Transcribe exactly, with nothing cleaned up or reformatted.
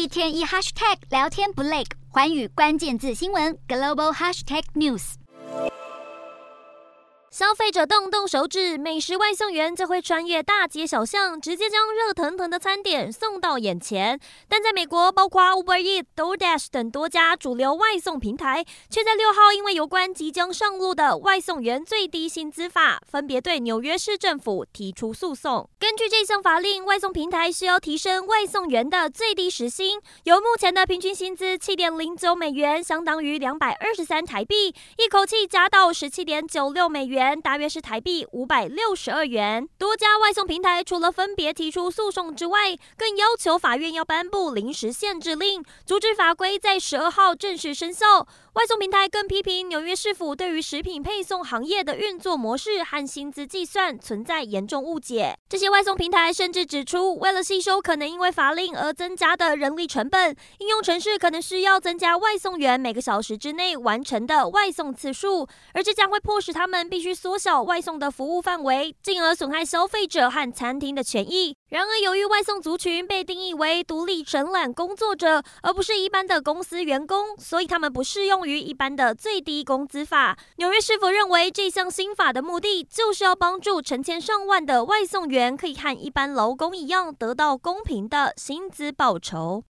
一天一 hashtag 聊天不累，寰宇关键字新闻 global hashtag news。 消费者动动手指，美食外送员就会穿越大街小巷，直接将热腾腾的餐点送到眼前。但在美国，包括 Uber Eats、DoorDash 等多家主流外送平台，却在六号因为有关即将上路的外送员最低薪资法，分别对纽约市政府提出诉讼。根据这项法令，外送平台需要提升外送员的最低时薪，由目前的平均薪资 七点零九美元，相当于两百二十三台币，一口气加到 十七点九六美元。大约是台币五百六十二元。多家外送平台除了分别提出诉讼之外，更要求法院要颁布临时限制令，阻止法规在十二号正式生效。外送平台更批评纽约市府对于食品配送行业的运作模式和薪资计算存在严重误解。这些外送平台甚至指出，为了吸收可能因为法令而增加的人力成本，应用程式可能需要增加外送员每个小时之内完成的外送次数，而这将会迫使他们必须缩小外送的服务范围，进而损害消费者和餐厅的权益。然而，由于外送族群被定义为独立承揽工作者，而不是一般的公司员工，所以他们不适用于一般的最低工资法。纽约市府认为，这项新法的目的就是要帮助成千上万的外送员可以和一般劳工一样，得到公平的薪资报酬。